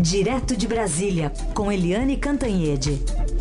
Direto de Brasília, com Eliane Cantanhede.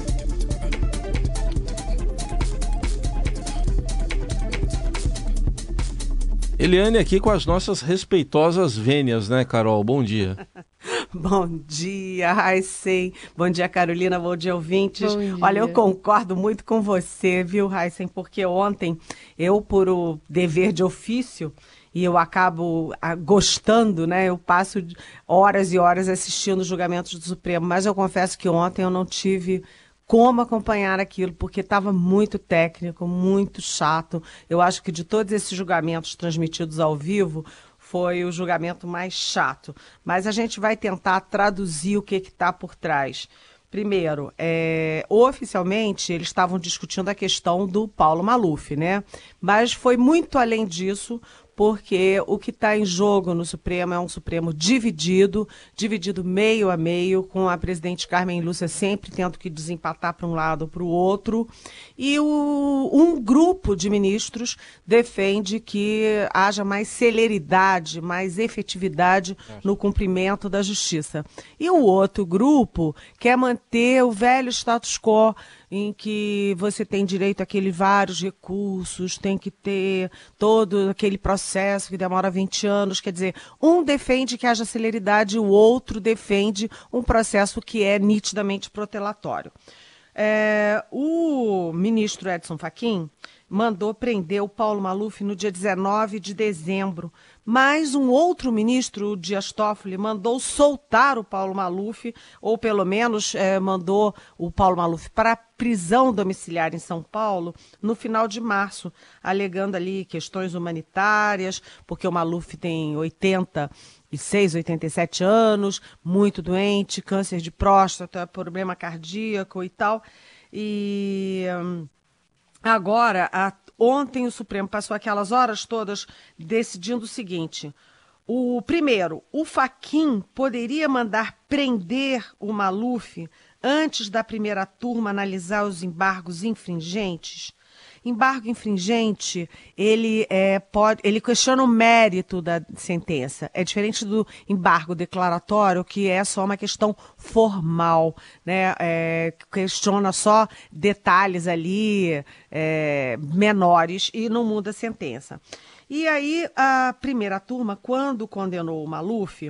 Eliane aqui com as nossas respeitosas vênias, né, Carol? Bom dia. Bom dia, Raíssen. Bom dia, Carolina. Bom dia, ouvintes. Bom dia. Olha, eu concordo muito com você, viu, Raíssen? Porque ontem, eu, por o dever de ofício, e eu acabo gostando, né? Eu passo horas e horas assistindo os julgamentos do Supremo, mas eu confesso que ontem eu não tive como acompanhar aquilo, porque estava muito técnico, muito chato. Eu acho que de todos esses julgamentos transmitidos ao vivo, foi o julgamento mais chato. Mas a gente vai tentar traduzir o que está por trás. Primeiro, oficialmente, eles estavam discutindo a questão do Paulo Maluf, né? Mas foi muito além disso, porque o que está em jogo no Supremo é um Supremo dividido meio a meio, com a presidente Carmen Lúcia sempre tendo que desempatar para um lado ou para o outro. E um grupo de ministros defende que haja mais celeridade, mais efetividade no cumprimento da justiça. E o outro grupo quer manter o velho status quo, em que você tem direito àqueles vários recursos, tem que ter todo aquele processo que demora 20 anos. Quer dizer, um defende que haja celeridade e o outro defende um processo que é nitidamente protelatório. O ministro Edson Fachin mandou prender o Paulo Maluf no dia 19 de dezembro, mas um outro ministro, o Dias Toffoli, mandou soltar o Paulo Maluf, ou pelo menos mandou o Paulo Maluf para a prisão domiciliar em São Paulo no final de março, alegando ali questões humanitárias, porque o Maluf tem 86, 87 anos, muito doente, câncer de próstata, problema cardíaco e tal. E agora, ontem o Supremo passou aquelas horas todas decidindo o seguinte: primeiro, o Fachin poderia mandar prender o Maluf antes da primeira turma analisar os embargos infringentes. Embargo infringente, ele questiona o mérito da sentença. É diferente do embargo declaratório, que é só uma questão formal, né? Questiona só detalhes ali menores e não muda a sentença. E aí, a primeira turma, quando condenou o Maluf,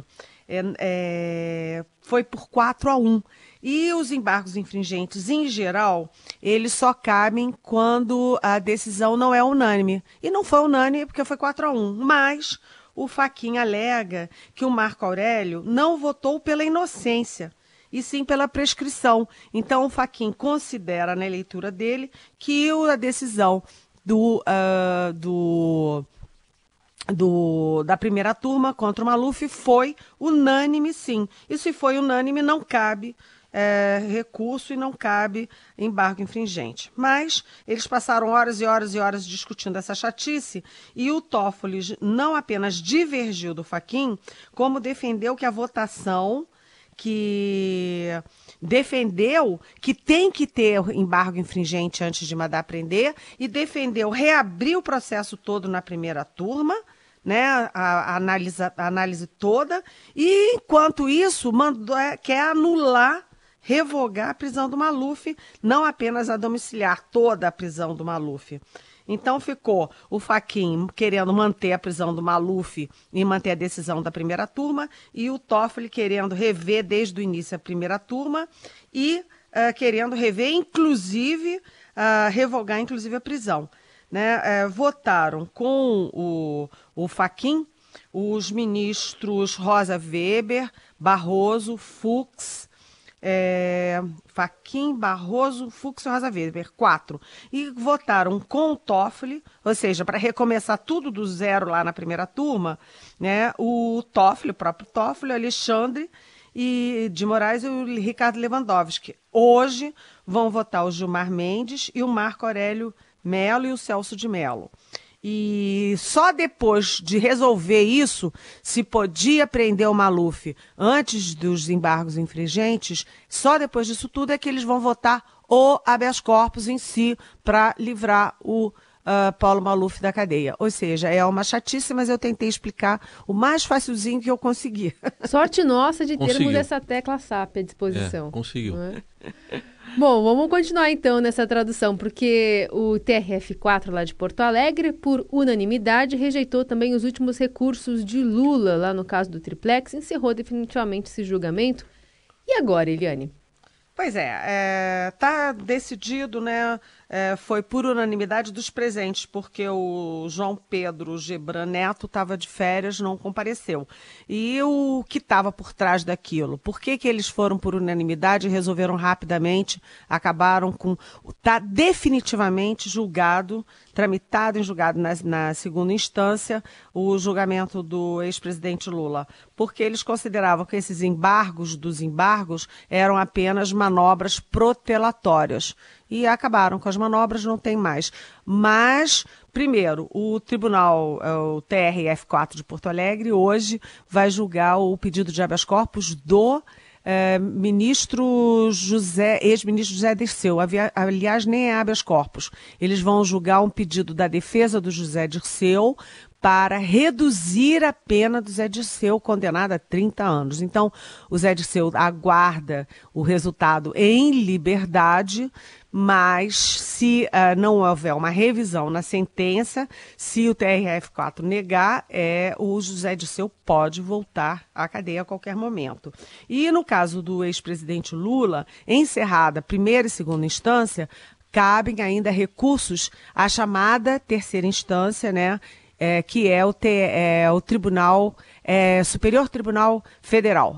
foi por 4-1. E os embargos infringentes, em geral, eles só cabem quando a decisão não é unânime. E não foi unânime porque foi 4-1. Mas o Fachin alega que o Marco Aurélio não votou pela inocência, e sim pela prescrição. Então, o Fachin considera, na leitura dele, que a decisão da primeira turma contra o Maluf foi unânime, sim. E se foi unânime, não cabe recurso e não cabe embargo infringente. Mas eles passaram horas e horas e horas discutindo essa chatice, e o Toffoli não apenas divergiu do Fachin, como defendeu que a votação que defendeu que tem que ter embargo infringente antes de mandar prender, e defendeu reabrir o processo todo na primeira turma, né, a análise toda, e enquanto isso quer anular, revogar a prisão do Maluf, não apenas a domiciliar, toda a prisão do Maluf. Então ficou o Fachin querendo manter a prisão do Maluf e manter a decisão da primeira turma, e o Toffoli querendo rever desde o início a primeira turma e querendo rever, inclusive, revogar inclusive a prisão. Né? Votaram com o Fachin os ministros Rosa Weber, Barroso, Fux, Fachin, Barroso, Fux e Rosa Weber, 4. E votaram com o Toffoli, ou seja, para recomeçar tudo do zero lá na primeira turma, né, o próprio Toffoli, o Alexandre de Moraes e o Ricardo Lewandowski. Hoje vão votar o Gilmar Mendes e o Marco Aurélio Mello e o Celso de Mello. E só depois de resolver isso, se podia prender o Maluf antes dos embargos infringentes, só depois disso tudo é que eles vão votar o habeas corpus em si para livrar o Paulo Maluf da cadeia. Ou seja, é uma chatice, mas eu tentei explicar o mais facilzinho que eu consegui. Sorte nossa de termos Conseguiu. essa tecla SAP à disposição. Conseguiu. Não é? Bom, vamos continuar então nessa tradução, porque o TRF4 lá de Porto Alegre, por unanimidade, rejeitou também os últimos recursos de Lula, lá no caso do Triplex, encerrou definitivamente esse julgamento. E agora, Eliane? Pois é, tá decidido, né? Foi por unanimidade dos presentes, porque o João Pedro Gebran Neto estava de férias, não compareceu. E o que estava por trás daquilo? Por que eles foram por unanimidade e resolveram rapidamente, acabaram com... Está definitivamente julgado, tramitado em julgado na segunda instância, o julgamento do ex-presidente Lula. Porque eles consideravam que esses embargos dos embargos eram apenas manobras protelatórias. E acabaram com as manobras, não tem mais. Mas, primeiro, o tribunal, o TRF4 de Porto Alegre, hoje vai julgar o pedido de habeas corpus do ex-ministro José Dirceu. Aliás, nem é habeas corpus. Eles vão julgar um pedido da defesa do José Dirceu para reduzir a pena do Zé Dirceu, condenado a 30 anos. Então, o Zé Dirceu aguarda o resultado em liberdade, mas se não houver uma revisão na sentença, se o TRF4 negar, o José Dirceu pode voltar à cadeia a qualquer momento. E no caso do ex-presidente Lula, encerrada primeira e segunda instância, cabem ainda recursos à chamada terceira instância, né? Que é o Tribunal Superior Tribunal Federal,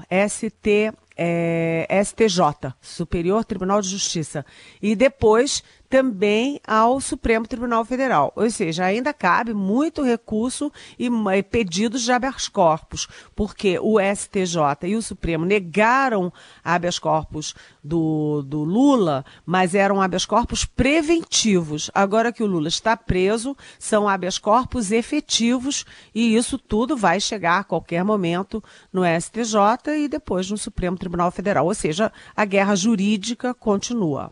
STJ, Superior Tribunal de Justiça, e depois também ao Supremo Tribunal Federal. Ou seja, ainda cabe muito recurso e pedidos de habeas corpus, porque o STJ e o Supremo negaram habeas corpus do Lula, mas eram habeas corpus preventivos. Agora que o Lula está preso, são habeas corpus efetivos e isso tudo vai chegar a qualquer momento no STJ e depois no Supremo Tribunal Federal. Ou seja, a guerra jurídica continua.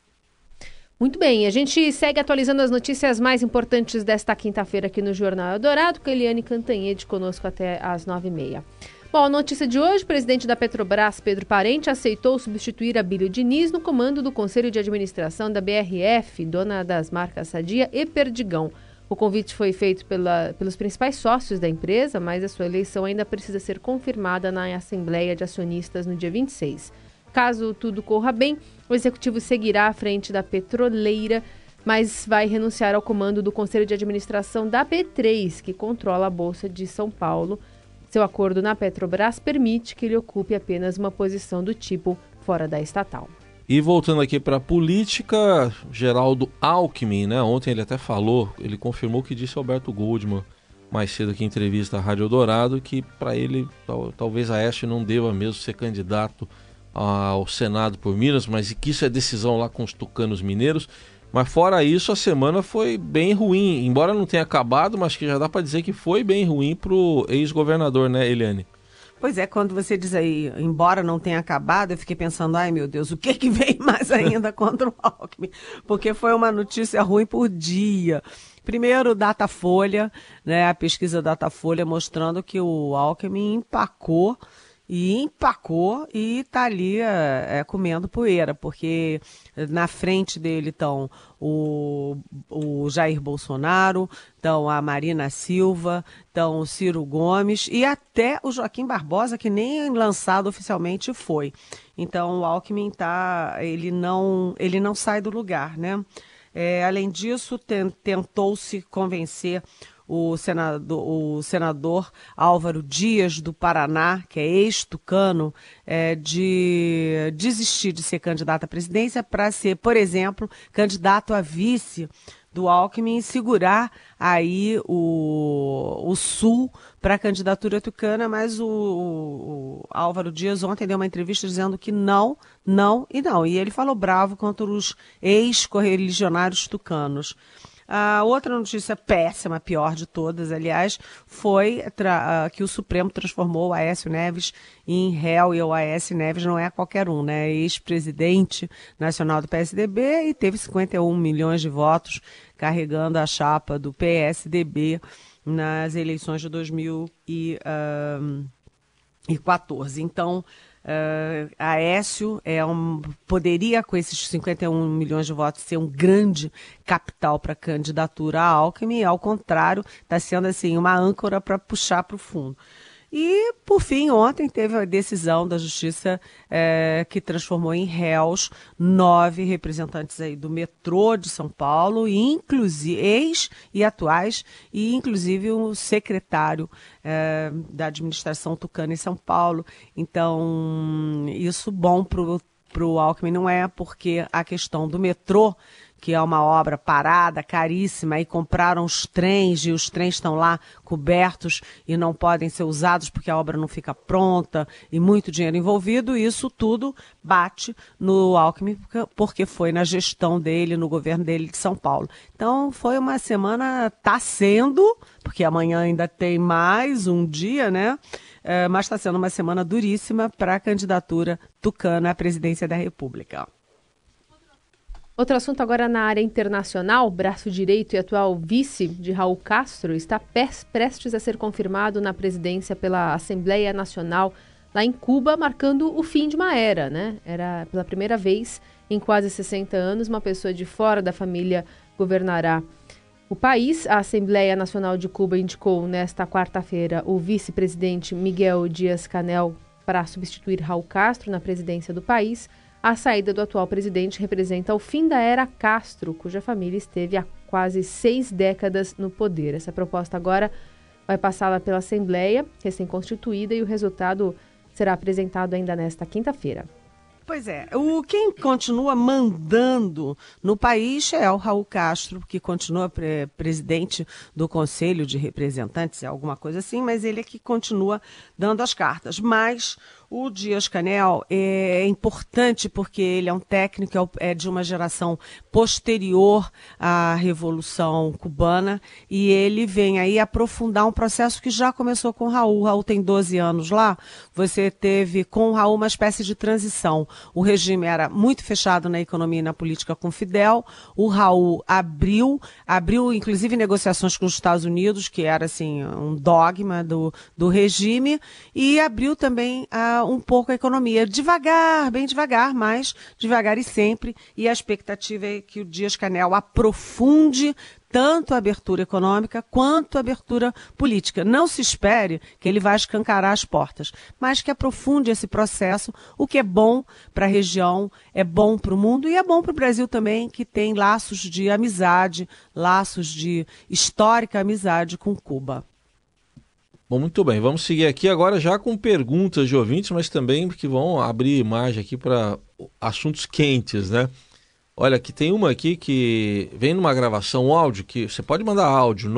Muito bem, a gente segue atualizando as notícias mais importantes desta quinta-feira aqui no Jornal Eldorado, com a Eliane Cantanhede conosco até às 9h30. Bom, a notícia de hoje, o presidente da Petrobras, Pedro Parente, aceitou substituir Abílio Diniz no comando do Conselho de Administração da BRF, dona das marcas Sadia e Perdigão. O convite foi feito pelos principais sócios da empresa, mas a sua eleição ainda precisa ser confirmada na Assembleia de Acionistas no dia 26. Caso tudo corra bem, o executivo seguirá à frente da petroleira, mas vai renunciar ao comando do Conselho de Administração da B3, que controla a Bolsa de São Paulo. Seu acordo na Petrobras permite que ele ocupe apenas uma posição do tipo fora da estatal. E voltando aqui para a política, Geraldo Alckmin, né? Ontem ele até falou, ele confirmou que disse Alberto Goldman mais cedo aqui em entrevista à Rádio Eldorado, que para ele talvez Aécio não deva mesmo ser candidato ao Senado por Minas, mas que isso é decisão lá com os tucanos mineiros. Mas fora isso, a semana foi bem ruim, embora não tenha acabado, mas que já dá para dizer que foi bem ruim para o ex-governador, né, Eliane? Pois é, quando você diz aí, embora não tenha acabado, eu fiquei pensando, ai meu Deus, o que vem mais ainda contra o Alckmin? Porque foi uma notícia ruim por dia. Primeiro, Datafolha, né, a pesquisa Datafolha mostrando que o Alckmin empacou e está ali comendo poeira, porque na frente dele estão o Jair Bolsonaro, estão a Marina Silva, estão o Ciro Gomes e até o Joaquim Barbosa, que nem lançado oficialmente foi. Então o Alckmin ele não sai do lugar, né? Além disso, tentou-se convencer o senador Álvaro Dias, do Paraná, que é ex-tucano, de desistir de ser candidato à presidência para ser, por exemplo, candidato a vice do Alckmin e segurar aí o Sul para a candidatura tucana, mas o Álvaro Dias ontem deu uma entrevista dizendo que não e não. E ele falou bravo contra os ex-correligionários tucanos. A outra notícia péssima, pior de todas, aliás, foi que o Supremo transformou o Aécio Neves em réu, e o Aécio Neves não é qualquer um, né? É ex-presidente nacional do PSDB e teve 51 milhões de votos carregando a chapa do PSDB nas eleições de 2014. Então, Aécio poderia, com esses 51 milhões de votos, ser um grande capital para a candidatura a Alckmin, e, ao contrário, está sendo assim, uma âncora para puxar para o fundo. E, por fim, ontem teve a decisão da Justiça que transformou em réus 9 representantes aí do metrô de São Paulo, inclusive ex e atuais, e inclusive o secretário da administração tucana em São Paulo. Então, isso bom para o Alckmin não é, porque a questão do metrô, que é uma obra parada, caríssima, e compraram os trens, e os trens estão lá cobertos e não podem ser usados porque a obra não fica pronta, e muito dinheiro envolvido, isso tudo bate no Alckmin, porque foi na gestão dele, no governo dele de São Paulo. Então, foi uma semana, está sendo, porque amanhã ainda tem mais um dia, né? Mas está sendo uma semana duríssima para a candidatura tucana à presidência da República. Outro assunto agora na área internacional, braço direito e atual vice de Raul Castro está prestes a ser confirmado na presidência pela Assembleia Nacional lá em Cuba, marcando o fim de uma era, né? Era pela primeira vez em quase 60 anos, uma pessoa de fora da família governará o país. A Assembleia Nacional de Cuba indicou nesta quarta-feira o vice-presidente Miguel Díaz-Canel para substituir Raul Castro na presidência do país. A saída do atual presidente representa o fim da era Castro, cuja família esteve há quase 6 décadas no poder. Essa proposta agora vai passar pela Assembleia, recém-constituída, e o resultado será apresentado ainda nesta quinta-feira. Pois é, quem continua mandando no país é o Raul Castro, que continua presidente do Conselho de Representantes, é alguma coisa assim, mas ele é que continua dando as cartas. Mas o Díaz-Canel é importante porque ele é um técnico, é de uma geração posterior à Revolução Cubana, e ele vem aí aprofundar um processo que já começou com o Raul. O Raul tem 12 anos lá, você teve com o Raul uma espécie de transição. O regime era muito fechado na economia e na política com Fidel, o Raul abriu inclusive negociações com os Estados Unidos, que era assim um dogma do regime, e abriu também um pouco a economia, devagar, bem devagar, mas devagar e sempre, e a expectativa é que o Díaz-Canel aprofunde tanto a abertura econômica quanto a abertura política. Não se espere que ele vá escancarar as portas, mas que aprofunde esse processo, o que é bom para a região, é bom para o mundo e é bom para o Brasil também, que tem laços de amizade, laços de histórica amizade com Cuba. Bom, muito bem, vamos seguir aqui agora já com perguntas de ouvintes, mas também que vão abrir margem aqui para assuntos quentes, né? Olha, aqui tem uma aqui que vem numa gravação, um áudio, que você pode mandar áudio,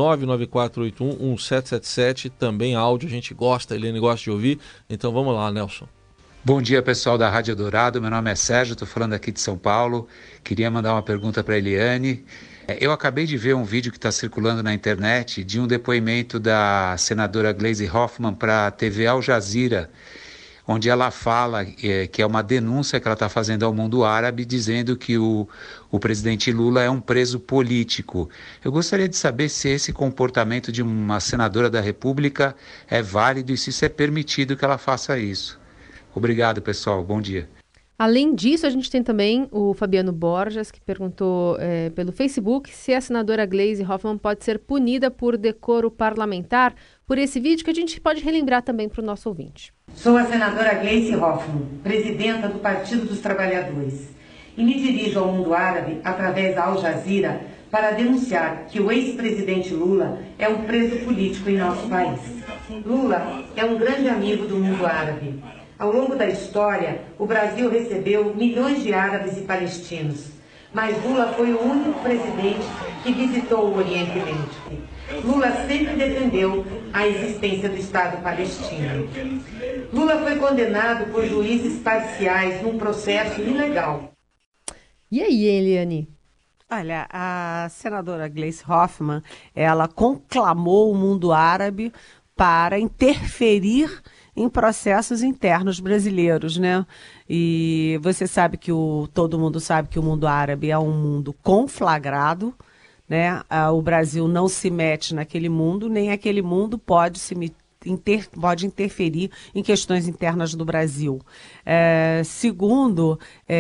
994811777, também áudio, a gente gosta, a Eliane gosta de ouvir, então vamos lá, Nelson. Bom dia, pessoal da Rádio Dourado, meu nome é Sérgio, estou falando aqui de São Paulo, queria mandar uma pergunta para a Eliane. Eu acabei de ver um vídeo que está circulando na internet de um depoimento da senadora Gleisi Hoffmann para a TV Al Jazeera, onde ela fala que é uma denúncia que ela está fazendo ao mundo árabe, dizendo que o presidente Lula é um preso político. Eu gostaria de saber se esse comportamento de uma senadora da República é válido e se isso é permitido que ela faça isso. Obrigado, pessoal. Bom dia. Além disso, a gente tem também o Fabiano Borges, que perguntou pelo Facebook se a senadora Gleisi Hoffmann pode ser punida por decoro parlamentar por esse vídeo, que a gente pode relembrar também para o nosso ouvinte. Sou a senadora Gleisi Hoffmann, presidenta do Partido dos Trabalhadores, e me dirijo ao mundo árabe através da Al Jazeera para denunciar que o ex-presidente Lula é um preso político em nosso país. Lula é um grande amigo do mundo árabe. Ao longo da história, o Brasil recebeu milhões de árabes e palestinos, mas Lula foi o único presidente que visitou o Oriente Médio. Lula sempre defendeu a existência do Estado palestino. Lula foi condenado por juízes parciais num processo ilegal. E aí, Eliane? Olha, a senadora Gleisi Hoffmann, ela conclamou o mundo árabe para interferir em processos internos brasileiros, né? E você sabe que todo mundo sabe que o mundo árabe é um mundo conflagrado, né? O Brasil não se mete naquele mundo, nem aquele mundo pode pode interferir em questões internas do Brasil. Segundo,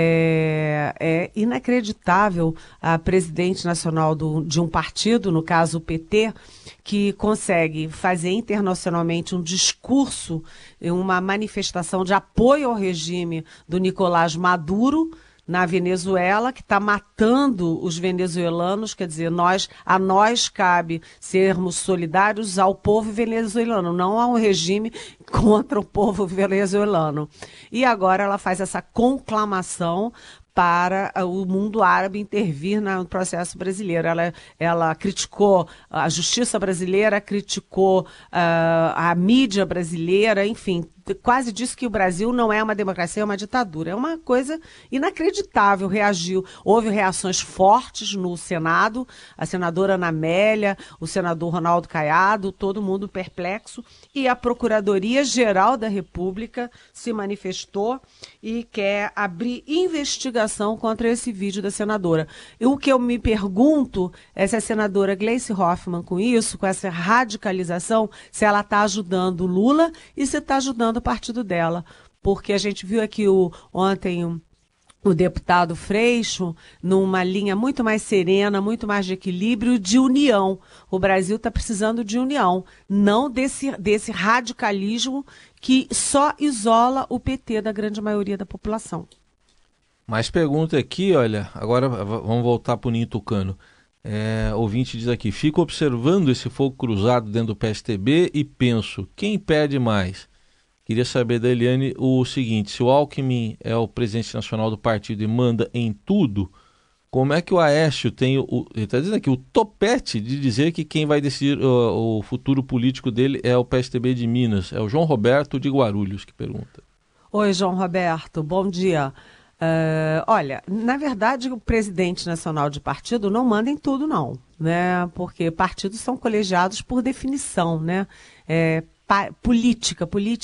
é inacreditável a presidente nacional de um partido, no caso o PT, que consegue fazer internacionalmente um discurso, uma manifestação de apoio ao regime do Nicolás Maduro, na Venezuela, que está matando os venezuelanos, quer dizer, a nós cabe sermos solidários ao povo venezuelano, não ao regime contra o povo venezuelano. E agora ela faz essa conclamação para o mundo árabe intervir no processo brasileiro. Ela criticou a justiça brasileira, criticou a mídia brasileira, enfim, quase disse que o Brasil não é uma democracia, é uma ditadura. É uma coisa inacreditável, reagiu. Houve reações fortes no Senado, a senadora Ana Amélia, o senador Ronaldo Caiado, todo mundo perplexo, e a Procuradoria-Geral da República se manifestou e quer abrir investigação contra esse vídeo da senadora. E o que eu me pergunto é se a senadora Gleisi Hoffmann, com isso, com essa radicalização, se ela está ajudando o Lula e se está ajudando o partido dela. Porque a gente viu aqui ontem o deputado Freixo numa linha muito mais serena, muito mais de equilíbrio, de união. O Brasil está precisando de união, não desse radicalismo que só isola o PT da grande maioria da população. Mais pergunta aqui, olha, agora vamos voltar para o Ninho Tucano. Ouvinte diz aqui, fico observando esse fogo cruzado dentro do PSTB e penso, quem perde mais? Queria saber da Eliane o seguinte, se o Alckmin é o presidente nacional do partido e manda em tudo, como é que o Aécio tem, ele está dizendo aqui, o topete de dizer que quem vai decidir o futuro político dele é o PSTB de Minas? É o João Roberto de Guarulhos que pergunta. Oi, João Roberto, bom dia. Olha, na verdade, o presidente nacional de partido não manda em tudo, não, né? Porque partidos são colegiados por definição, né? Política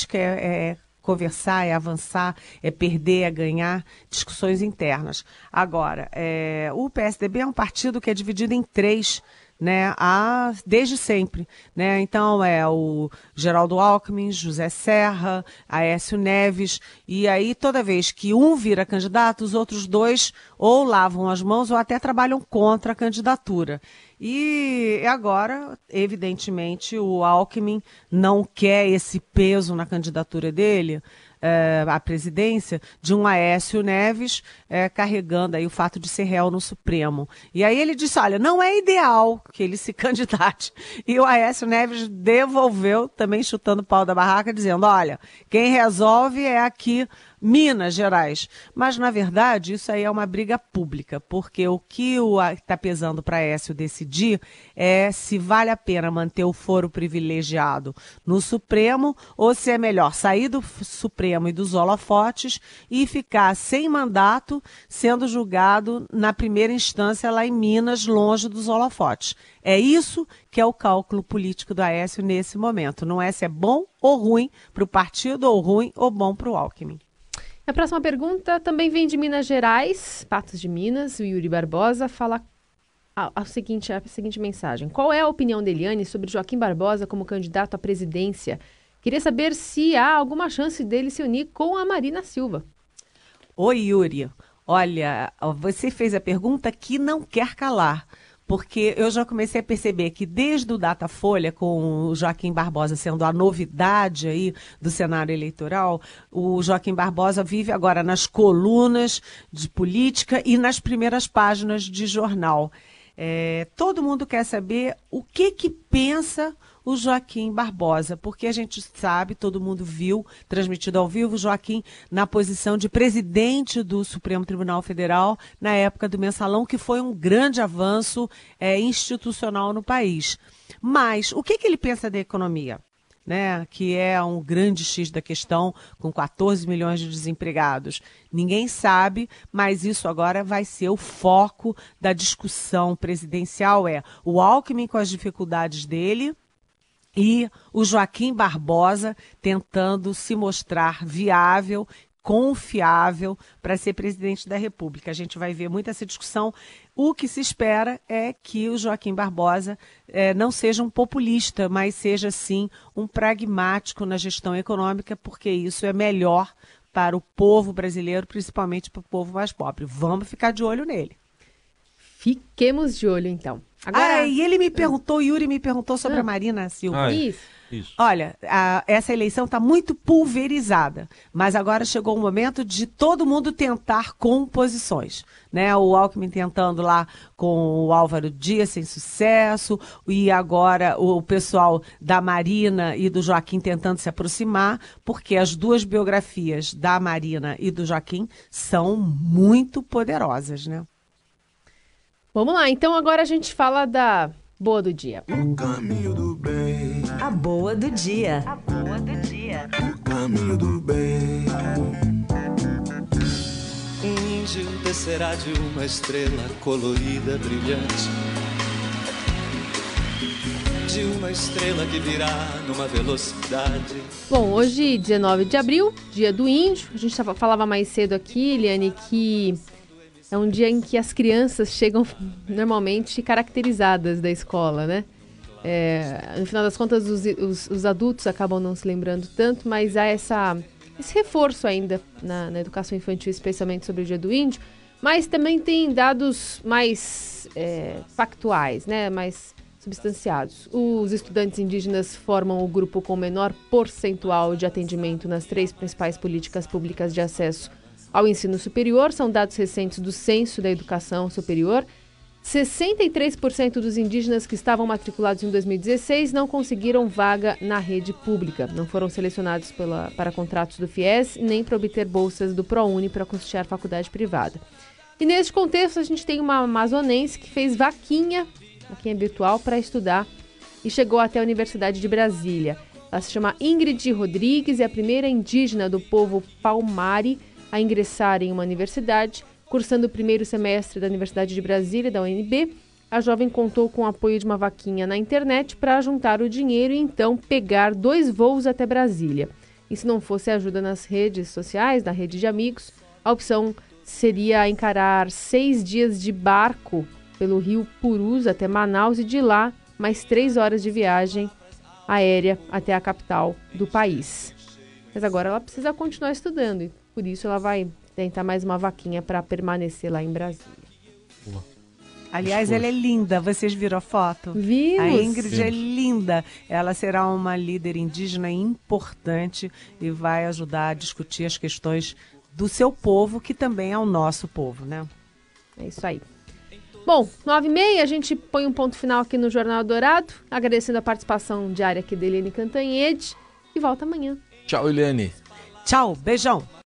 é conversar, é avançar, é perder, é ganhar, discussões internas. Agora, o PSDB é um partido que é dividido em três, né, desde sempre, né? Então o Geraldo Alckmin, José Serra, Aécio Neves, e aí toda vez que um vira candidato, os outros dois ou lavam as mãos ou até trabalham contra a candidatura. E agora, evidentemente, o Alckmin não quer esse peso na candidatura dele, à presidência, de um Aécio Neves carregando aí o fato de ser réu no Supremo. E aí ele disse, olha, não é ideal que ele se candidate. E o Aécio Neves devolveu, também chutando o pau da barraca, dizendo, olha, quem resolve é aqui Minas Gerais. Mas, na verdade, isso aí é uma briga pública, porque o que está pesando para Aécio decidir é se vale a pena manter o foro privilegiado no Supremo ou se é melhor sair do Supremo e dos holofotes e ficar sem mandato, sendo julgado na primeira instância lá em Minas, longe dos holofotes. É isso que é o cálculo político do Aécio nesse momento. Não é se é bom ou ruim para o partido ou ruim ou bom para o Alckmin. A próxima pergunta também vem de Minas Gerais, Patos de Minas. O Yuri Barbosa fala a seguinte mensagem. Qual é a opinião da Eliane sobre Joaquim Barbosa como candidato à presidência? Queria saber se há alguma chance dele se unir com a Marina Silva. Oi, Yuri. Olha, você fez a pergunta que não quer calar. Porque eu já comecei a perceber que desde o Datafolha, com o Joaquim Barbosa sendo a novidade aí do cenário eleitoral, o Joaquim Barbosa vive agora nas colunas de política e nas primeiras páginas de jornal. Todo mundo quer saber o que pensa o Joaquim Barbosa, porque a gente sabe, todo mundo viu, transmitido ao vivo, o Joaquim na posição de presidente do Supremo Tribunal Federal na época do Mensalão, que foi um grande avanço institucional no país. Mas o que ele pensa da economia? né, que é um grande X da questão, com 14 milhões de desempregados. Ninguém sabe, mas isso agora vai ser o foco da discussão presidencial, o Alckmin com as dificuldades dele e o Joaquim Barbosa tentando se mostrar viável, confiável para ser presidente da República. A gente vai ver muito essa discussão. O que se espera é que o Joaquim Barbosa não seja um populista, mas seja, sim, um pragmático na gestão econômica, porque isso é melhor para o povo brasileiro, principalmente para o povo mais pobre. Vamos ficar de olho nele. Fiquemos de olho, então. Agora... e ele me perguntou, Yuri me perguntou sobre a Marina Silva. Isso. Olha, essa eleição está muito pulverizada, mas agora chegou o momento de todo mundo tentar composições, né? O Alckmin tentando lá com o Álvaro Dias sem sucesso, e agora o pessoal da Marina e do Joaquim tentando se aproximar, porque as duas biografias da Marina e do Joaquim são muito poderosas, né? Vamos lá, então agora a gente fala da boa do dia. O caminho do bem. A boa do dia. O caminho do bem. Um índio descerá de uma estrela colorida, brilhante, de uma estrela que virá numa velocidade. Bom, hoje, 19 de abril, dia do índio. A gente falava mais cedo aqui, Eliane, que é um dia em que as crianças chegam normalmente caracterizadas da escola, né? No final das contas, os adultos acabam não se lembrando tanto, mas há esse reforço ainda na educação infantil, especialmente sobre o dia do índio. Mas também tem dados mais factuais, né? Mais substanciados. Os estudantes indígenas formam o grupo com menor percentual de atendimento nas 3 principais políticas públicas de acesso ao ensino superior. São dados recentes do Censo da Educação Superior. 63% dos indígenas que estavam matriculados em 2016 não conseguiram vaga na rede pública. Não foram selecionados para contratos do FIES, nem para obter bolsas do ProUni para custear faculdade privada. E neste contexto, a gente tem uma amazonense que fez vaquinha virtual, para estudar e chegou até a Universidade de Brasília. Ela se chama Ingrid Rodrigues e é a primeira indígena do povo Palmari a ingressar em uma universidade. Cursando o primeiro semestre da Universidade de Brasília, da UNB, a jovem contou com o apoio de uma vaquinha na internet para juntar o dinheiro e então pegar 2 voos até Brasília. E se não fosse ajuda nas redes sociais, na rede de amigos, a opção seria encarar 6 dias de barco pelo rio Purus até Manaus e de lá mais 3 horas de viagem aérea até a capital do país. Mas agora ela precisa continuar estudando e por isso ela vai tentar mais uma vaquinha para permanecer lá em Brasília. Boa. Aliás, ela é linda. Vocês viram a foto? Vimos. A Ingrid é linda. Ela será uma líder indígena importante e vai ajudar a discutir as questões do seu povo, que também é o nosso povo, né? É isso aí. Bom, 9h30, a gente põe um ponto final aqui no Jornal Dourado, agradecendo a participação diária aqui da Eliane Cantanhede e volta amanhã. Tchau, Eliane. Tchau, beijão.